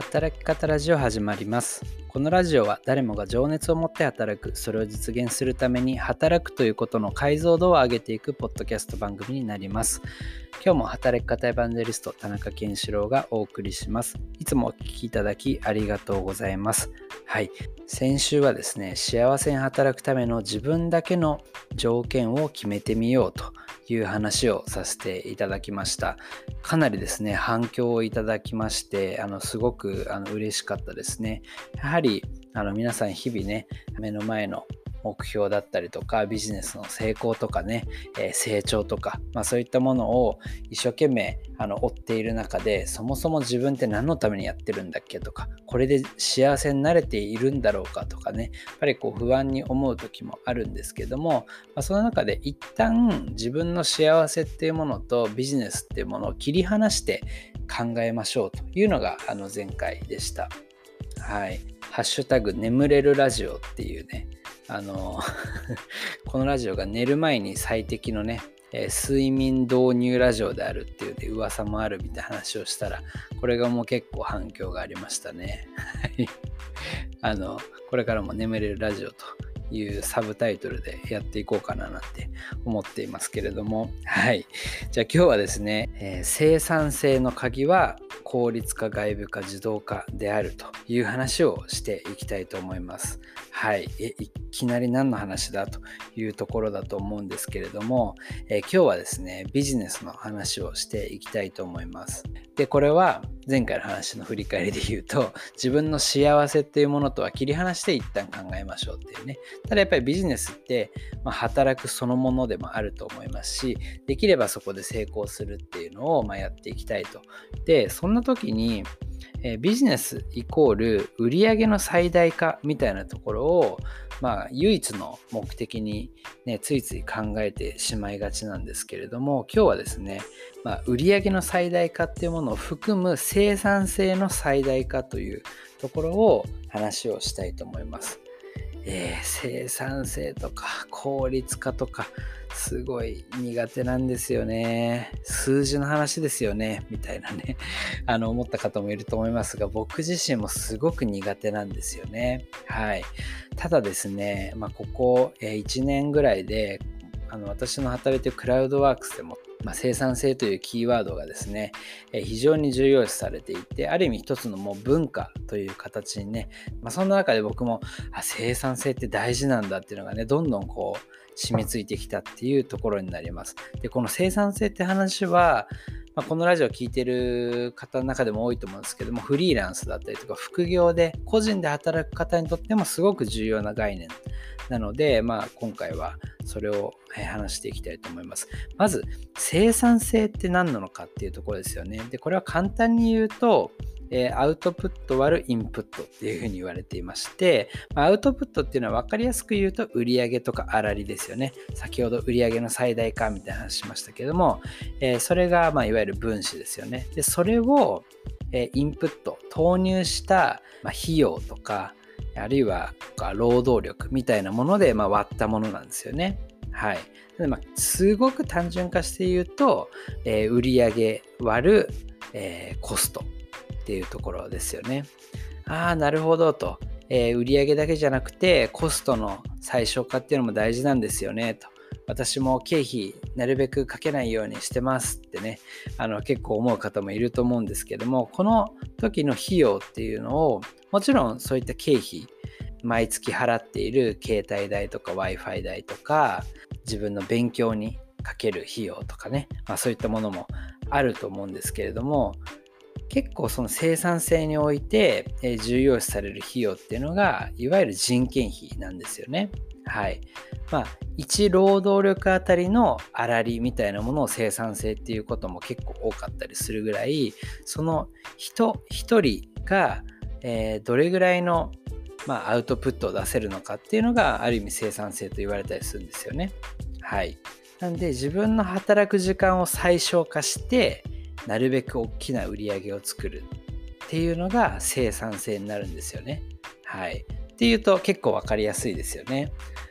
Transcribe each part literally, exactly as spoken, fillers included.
働き方ラジオ始まります。このラジオは誰もが情熱を持って働く、それを実現するために働くということの解像度を上げていくポッドキャスト番組になります。今日も働き方エヴァンジェリスト田中健志郎がお送りします。いつもお聞きいただきありがとうございます。はい、先週はですね、幸せに働くための自分だけの条件を決めてみようという話をさせていただきました。かなりですね、反響をいただきまして、あのすごくあの嬉しかったですね。やはりあの皆さん日々ね、目の前の目標だったりとかビジネスの成功とかね、えー、成長とか、まあ、そういったものを一生懸命あの追っている中で、そもそも自分って何のためにやってるんだっけとか、これで幸せになれているんだろうかとかね、やっぱりこう不安に思う時もあるんですけども、まあ、その中で一旦自分の幸せっていうものとビジネスっていうものを切り離して考えましょうというのがあの前回でした。はい、ハッシュタグ眠れるラジオっていうね、あのこのラジオが寝る前に最適のね、えー、睡眠導入ラジオであるっていう、ね、噂もあるみたいな話をしたら、これがもう結構反響がありましたね。あのこれからも眠れるラジオというサブタイトルでやっていこうかななんて思っていますけれども、はい、じゃあ今日はですね、えー、生産性の鍵は効率化、外部化、自動化であるという話をしていきたいと思います。はい、えいきなり何の話だというところだと思うんですけれども、えー、今日はですね、ビジネスの話をしていきたいと思います。で、これは前回の話の振り返りで言うと、自分の幸せっていうものとは切り離して一旦考えましょうっていうね。ただやっぱりビジネスって、まあ、働くそのものでもあると思いますし、できればそこで成功するっていうのをまあやっていきたいと。で、そんな時に、えー、ビジネスイコール売上の最大化みたいなところを、まあ、唯一の目的に、ね、ついつい考えてしまいがちなんですけれども、今日はですね、まあ、売上の最大化っていうものを含む生産性の最大化というところを話をしたいと思います。えー、生産性とか効率化とかすごい苦手なんですよね。数字の話ですよねみたいなねあの思った方もいると思いますが、僕自身もすごく苦手なんですよね。はい。ただですね、まあ、ここいちねんぐらいであの私の働いているクラウドワークスでも、まあ、生産性というキーワードがですね、え非常に重要視されていて、ある意味一つのもう文化という形にね、まあ、そんな中で僕もあ生産性って大事なんだっていうのがね、どんどんこう染みついてきたっていうところになります。で、この生産性って話は、まあ、このラジオを聞いてる方の中でも多いと思うんですけども、フリーランスだったりとか副業で個人で働く方にとってもすごく重要な概念なので、まあ、今回はそれを話していきたいと思います。まず生産性って何なのかっていうところですよね。で、これは簡単に言うと、アウトプット割るインプットっていうふうに言われていまして、アウトプットっていうのは分かりやすく言うと売上とか粗利ですよね。先ほど売上の最大化みたいな話しましたけども、それがまあいわゆる分子ですよね。で、それをインプット投入した費用とか、あるいは労働力みたいなものでまあ割ったものなんですよね。はい。でまあ、すごく単純化して言うと、えー、売上割る、えー、コストっていうところですよね。ああ、なるほどと、えー、売上だけじゃなくてコストの最小化っていうのも大事なんですよねと。私も経費なるべくかけないようにしてますってね、あの結構思う方もいると思うんですけども、この時の費用っていうのを、もちろんそういった経費、毎月払っている携帯代とか Wi-Fi 代とか、自分の勉強にかける費用とかね、まあ、そういったものもあると思うんですけれども、結構その生産性において重要視される費用っていうのが、いわゆる人件費なんですよね。はい。まあ、いち労働力あたりの粗利みたいなものを生産性っていうことも結構多かったりするぐらい、その人一人が、えー、どれぐらいの、まあ、アウトプットを出せるのかっていうのが、ある意味生産性と言われたりするんですよね。はい。なんで自分の働く時間を最小化して、なるべく大きな売り上げを作るっていうのが生産性になるんですよね。はい。っていうと結構わかりやすいですよね。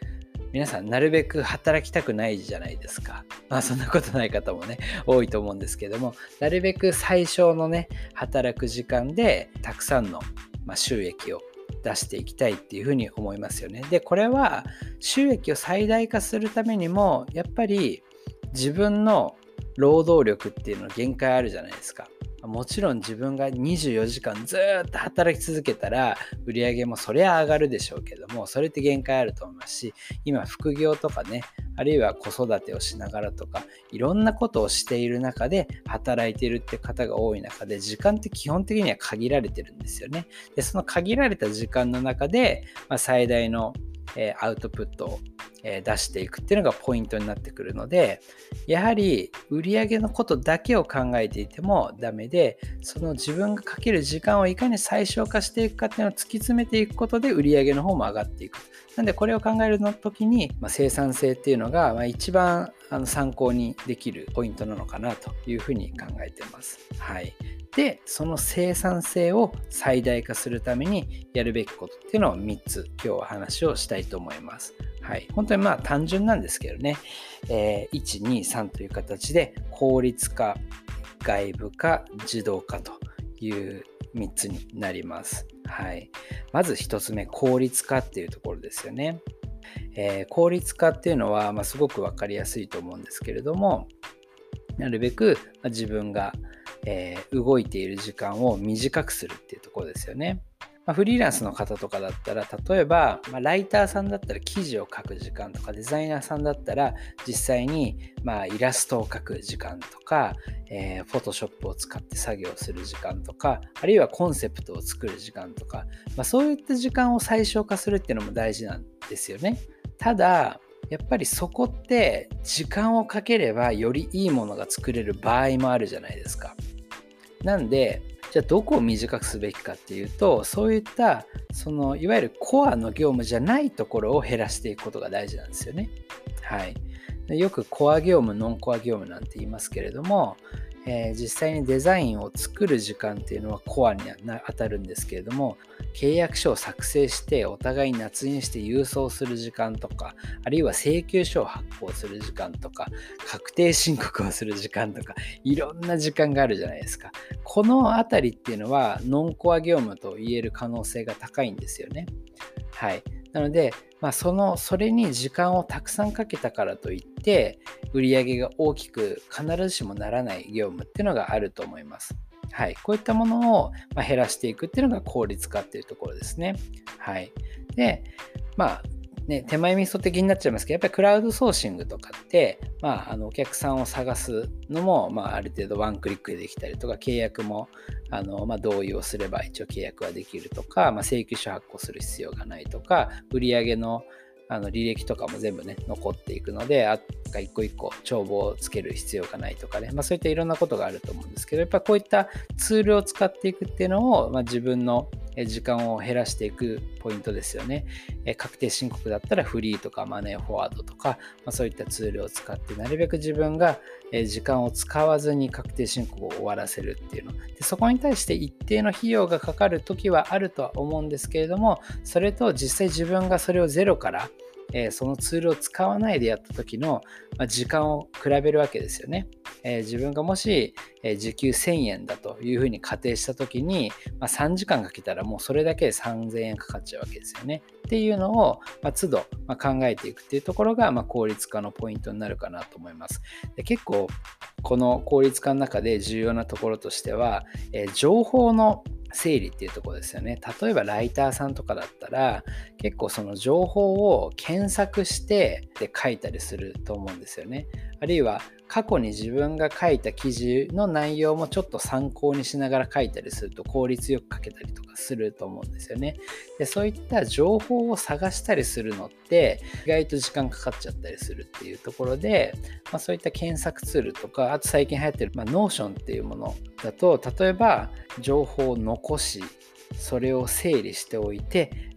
皆さんなるべく働きたくないじゃないですか。まあそんなことない方もね多いと思うんですけども、なるべく最小のね働く時間でたくさんの、まあ、収益を出していきたいっていうふうに思いますよね。でこれは収益を最大化するためにもやっぱり自分の労働力っていうのの限界あるじゃないですか。もちろん自分がにじゅうよじかんずっと働き続けたら売り上げもそりゃ上がるでしょうけども、それって限界あると思いますし、今副業とかね、あるいは子育てをしながらとかいろんなことをしている中で働いているって方が多い中で、時間って基本的には限られてるんですよね。でその限られた時間の中で、まあ、最大のえー、アウトプットを、えー、出していくっていうのがポイントになってくるので、やはり売上のことだけを考えていてもダメで、その自分がかける時間をいかに最小化していくかっていうのを突き詰めていくことで売上の方も上がっていく。なんでこれを考えるの時に、まあ、生産性っていうのが、まあ、一番あの参考にできるポイントなのかなというふうに考えています。はい。で、その生産性を最大化するためにやるべきことっていうのをみっつ今日は話をしたいと思います。はい。本当にまあ単純なんですけどね、えー、いち、に、さんという形で効率化、外部化、自動化というみっつになります。はい。まずひとつめ、効率化っていうところですよね。えー、効率化っていうのは、まあ、すごく分かりやすいと思うんですけれども、なるべく自分がえー、動いている時間を短くするっていうところですよね。まあ、フリーランスの方とかだったら、例えば、まあ、ライターさんだったら記事を書く時間とか、デザイナーさんだったら実際にまあイラストを描く時間とか、えー、フォトショップを使って作業する時間とか、あるいはコンセプトを作る時間とか、まあ、そういった時間を最小化するっていうのも大事なんですよね。ただやっぱりそこって時間をかければよりいいものが作れる場合もあるじゃないですか。なんでじゃあどこを短くすべきかっていうと、そういったそのいわゆるコアの業務じゃないところを減らしていくことが大事なんですよね。はい。でよくコア業務、ノンコア業務なんて言いますけれども、えー、実際にデザインを作る時間っていうのはコアに当たるんですけれども、契約書を作成してお互いに捺印して郵送する時間とか、あるいは請求書を発行する時間とか、確定申告をする時間とか、いろんな時間があるじゃないですか。このあたりっていうのはノンコア業務と言える可能性が高いんですよね。はい。なので、まあ、そのそれに時間をたくさんかけたからといって売上が大きく必ずしもならない業務っていうのがあると思います。はい、こういったものをまあ減らしていくっていうのが効率化っていうところですね。はい。で、まあね、手前味噌的になっちゃいますけど、やっぱりクラウドソーシングとかって、まあ、あのお客さんを探すのも、まあ、ある程度ワンクリックでできたりとか、契約もあの、まあ、同意をすれば一応契約はできるとか、まあ、請求書発行する必要がないとか、売上のあの履歴とかも全部ね残っていくので、あか一個一個帳簿をつける必要がないとかね、まあ、そういったいろんなことがあると思うんですけど、やっぱこういったツールを使っていくっていうのを、まあ、自分の時間を減らしていくポイントですよね。確定申告だったらフリーとかマネーフォワードとか、まあ、そういったツールを使ってなるべく自分が時間を使わずに確定申告を終わらせるっていうので、そこに対して一定の費用がかかる時はあるとは思うんですけれども、それと実際自分がそれをゼロからえー、そのツールを使わないでやった時の、まあ、時間を比べるわけですよね。えー、自分がもし、えー、時給せんえんだというふうに仮定した時に、まあ、さんじかんかけたらもうそれだけでさんぜんえんかかっちゃうわけですよね。っていうのを、まあ、都度、まあ、考えていくっていうところが、まあ、効率化のポイントになるかなと思います。で結構この効率化の中で重要なところとしては、えー、情報の整理っていうところですよね。例えばライターさんとかだったら結構その情報を検索してで書いたりすると思うんですよね。あるいは過去に自分が書いた記事の内容もちょっと参考にしながら書いたりすると効率よく書けたりとかすると思うんですよね。でそういった情報を探したりするのって意外と時間かかっちゃったりするっていうところで、まあ、そういった検索ツールとか、あと最近流行ってる、まあ、Notion っていうものだと、例えば情報を残しそれを整理しておいて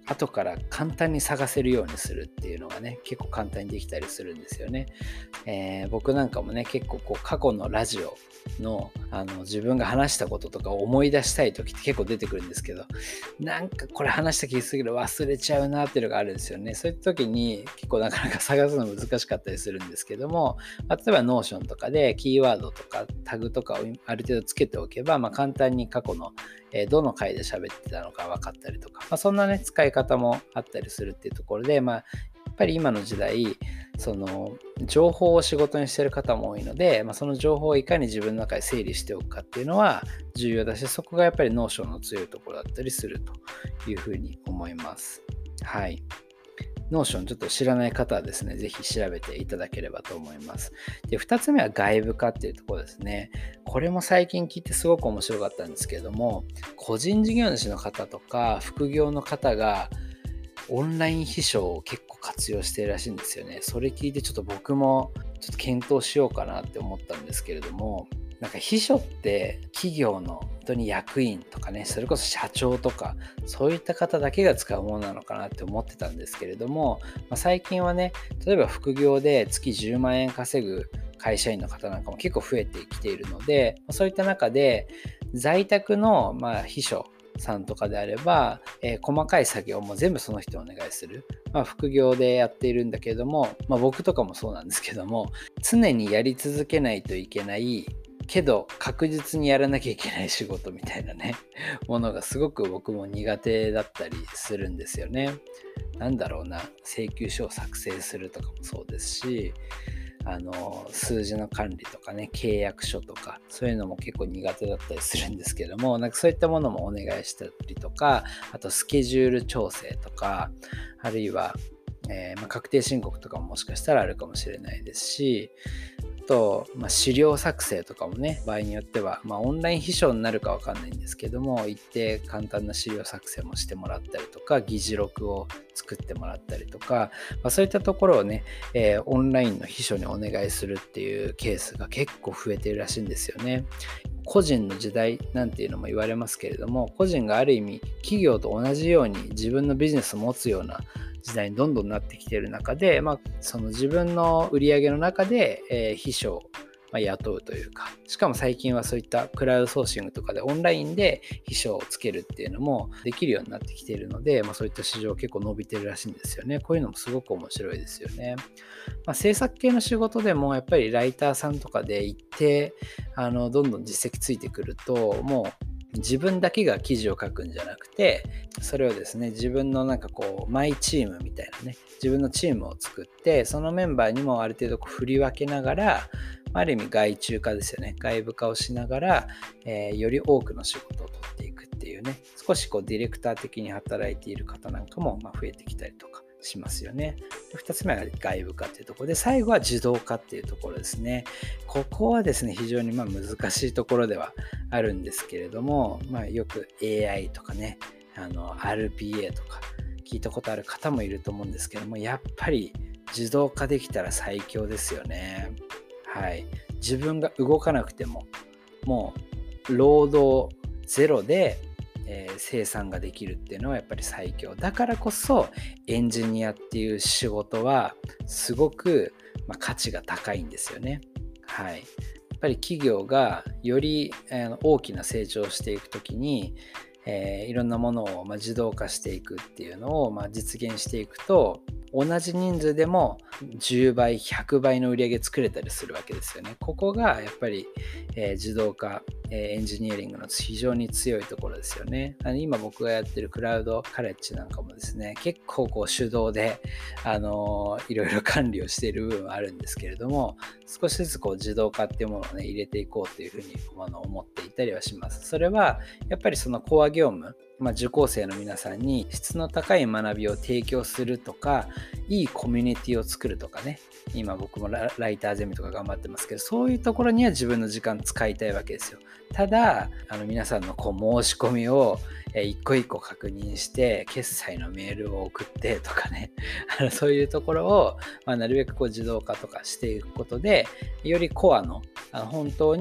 後から簡単に探せるようにするっていうのがね、結構簡単にできたりするんですよね。えー、僕なんかもね、結構こう過去のラジオの、あの自分が話したこととかを思い出したい時って結構出てくるんですけど、なんかこれ話した気がするけど忘れちゃうなっていうのがあるんですよね。そういった時に結構なかなか探すの難しかったりするんですけども、まあ、例えば Notion とかでキーワードとかタグとかをある程度つけておけば、まあ、簡単に過去のえー、どの回で喋ってたのか分かったりとか、まあ、そんなね使い方もあったりするっていうところで、まあ、やっぱり今の時代その情報を仕事にしてる方も多いので、まあ、その情報をいかに自分の中で整理しておくかっていうのは重要だし、そこがやっぱりノーションの強いところだったりするというふうに思います。はい。ノーションちょっと知らない方はですね、ぜひ調べていただければと思います。で、ふたつめは外部化っていうところですね。これも最近聞いてすごく面白かったんですけれども、個人事業主の方とか副業の方がオンライン秘書を結構活用しているらしいんですよね。それ聞いてちょっと僕もちょっと検討しようかなって思ったんですけれども、なんか秘書って企業の本当に役員とかね、それこそ社長とかそういった方だけが使うものなのかなって思ってたんですけれども、まあ、最近はね、例えば副業で月じゅうまんえん稼ぐ会社員の方なんかも結構増えてきているので、そういった中で在宅のまあ秘書さんとかであれば、えー、細かい作業も全部その人にお願いする、まあ、副業でやっているんだけれども、まあ、僕とかもそうなんですけども、常にやり続けないといけないけど確実にやらなきゃいけない仕事みたいなねものがすごく僕も苦手だったりするんですよね。なんだろうな、請求書を作成するとかもそうですし、あの数字の管理とかね、契約書とかそういうのも結構苦手だったりするんですけども、なんかそういったものもお願いしたりとか、あとスケジュール調整とか、あるいは、えーまあ、確定申告とかももしかしたらあるかもしれないですし、あと、まあ、資料作成とかもね、場合によっては、まあ、オンライン秘書になるかわかんないんですけども、一定簡単な資料作成もしてもらったりとか、議事録を作ってもらったりとか、まあ、そういったところをね、えー、オンラインの秘書にお願いするっていうケースが結構増えているらしいんですよね。個人の時代なんていうのも言われますけれども、個人がある意味企業と同じように自分のビジネスを持つような時代にどんどんなってきている中で、まあ、その自分の売り上げの中で、えー、秘書をまあ、雇うというか、しかも最近はそういったクラウドソーシングとかでオンラインで秘書をつけるっていうのもできるようになってきているので、まあ、そういった市場結構伸びてるらしいんですよね。こういうのもすごく面白いですよね。まあ、制作系の仕事でもやっぱりライターさんとかで一定あのどんどん実績ついてくると、もう自分だけが記事を書くんじゃなくて、それをですね、自分のなんかこうマイチームみたいなね、自分のチームを作って、そのメンバーにもある程度こう振り分けながら、ある意味外注化ですよね。外部化をしながら、えー、より多くの仕事を取っていくっていうね、少しこうディレクター的に働いている方なんかもまあ増えてきたりとかしますよね。ふたつめは外部化っていうところで、最後は自動化っていうところですね。ここはですね、非常にまあ難しいところではあるんですけれども、まあ、よく エーアイ とかね、あの アールピーエー とか聞いたことある方もいると思うんですけども、やっぱり自動化できたら最強ですよね。はい、自分が動かなくても、もう労働ゼロで、えー、生産ができるっていうのはやっぱり最強。だからこそエンジニアっていう仕事はすごく、まあ、価値が高いんですよね。はい、やっぱり企業がより、えー、大きな成長をしていくときに、えー、いろんなものを、まあ、自動化していくっていうのを、まあ、実現していくと、同じ人数でもじゅうばい、ひゃくばいの売り上げ作れたりするわけですよね。ここがやっぱり、えー、自動化、えー、エンジニアリングの非常に強いところですよね。あの今僕がやってるクラウドカレッジなんかもですね、結構こう手動で、あのー、いろいろ管理をしている部分はあるんですけれども、少しずつこう自動化っていうものをね、入れていこうというふうに思っていたりはします。それはやっぱりそのコア業務、まあ、受講生の皆さんに質の高い学びを提供するとか、いいコミュニティを作るとかね、今僕も ラ, ライターゼミとか頑張ってますけど、そういうところには自分の時間使いたいわけですよ。ただあの皆さんのこう申し込みをえ一個一個確認して決済のメールを送ってとかねあのそういうところを、まあ、なるべくこう自動化とかしていくことで、よりコアの、あの本当に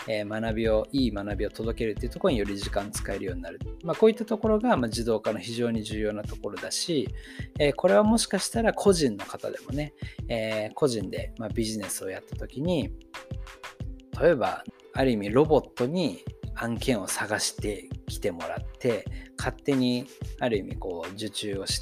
えー、学びを、いい学びを届けるっていうところにより時間使えるようになる。まあ、こういったところが、まあ、自動化の非常に重要なところだし、えー、これはもしかしたら個人の方でもね、えー、個人で、まあ、ビジネスをやった時に、例えばある意味ロボットに案件を探してきてもらって、勝手にある意味こう受注をして、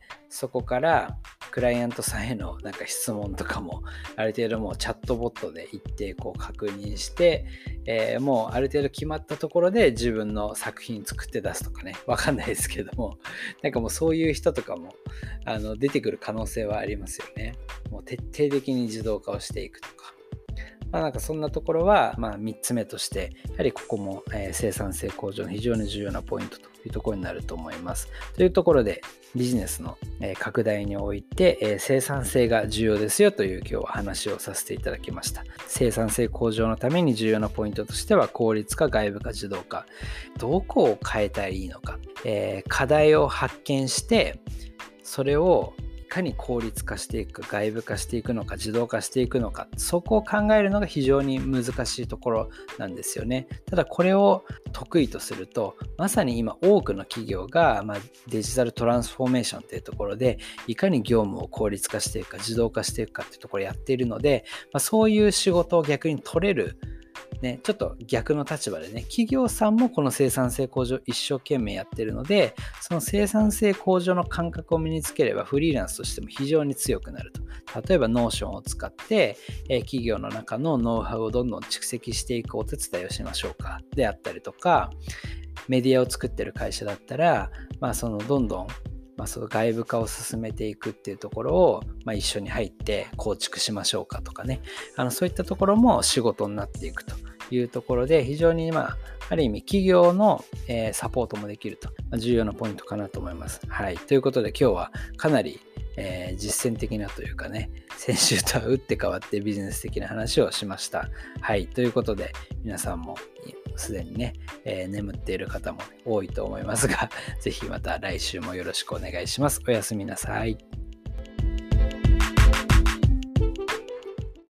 そこからクライアントさんへのなんか質問とかもある程度もうチャットボットで一定こう確認して、えー、もうある程度決まったところで自分の作品作って出すとかね、わかんないですけども、なんかもうそういう人とかもあの出てくる可能性はありますよね。もう徹底的に自動化をしていくとか。まあ、なんかそんなところは、まあ、みっつめとして、やはりここも、えー、生産性向上の非常に重要なポイントというところになると思います。というところで、ビジネスの、えー、拡大において、えー、生産性が重要ですよという今日は話をさせていただきました。生産性向上のために重要なポイントとしては、効率化、外部化、自動化。どこを変えたらいいのか、えー、課題を発見して、それをいかに効率化していくか、外部化していくのか、自動化していくのか、そこを考えるのが非常に難しいところなんですよね。ただこれを得意とすると、まさに今多くの企業が、まあ、デジタルトランスフォーメーションというところで、いかに業務を効率化していくか、自動化していくかというところをやっているので、まあ、そういう仕事を逆に取れるね、ちょっと逆の立場でね、企業さんもこの生産性向上一生懸命やってるので、その生産性向上の感覚を身につければフリーランスとしても非常に強くなると。例えば Notion を使って、えー、企業の中のノウハウをどんどん蓄積していくお手伝いをしましょうかであったりとか、メディアを作ってる会社だったら、まあそのどんどんまあ、その外部化を進めていくっていうところを、まあ、一緒に入って構築しましょうかとかね、あのそういったところも仕事になっていくというところで、非常にまあある意味企業の、えー、サポートもできると、まあ、重要なポイントかなと思います。はい、ということで今日はかなり、えー、実践的なというかね、先週とは打って変わってビジネス的な話をしました。はい、ということで皆さんもすでにね、えー、眠っている方も多いと思いますが、ぜひまた来週もよろしくお願いします。おやすみなさい。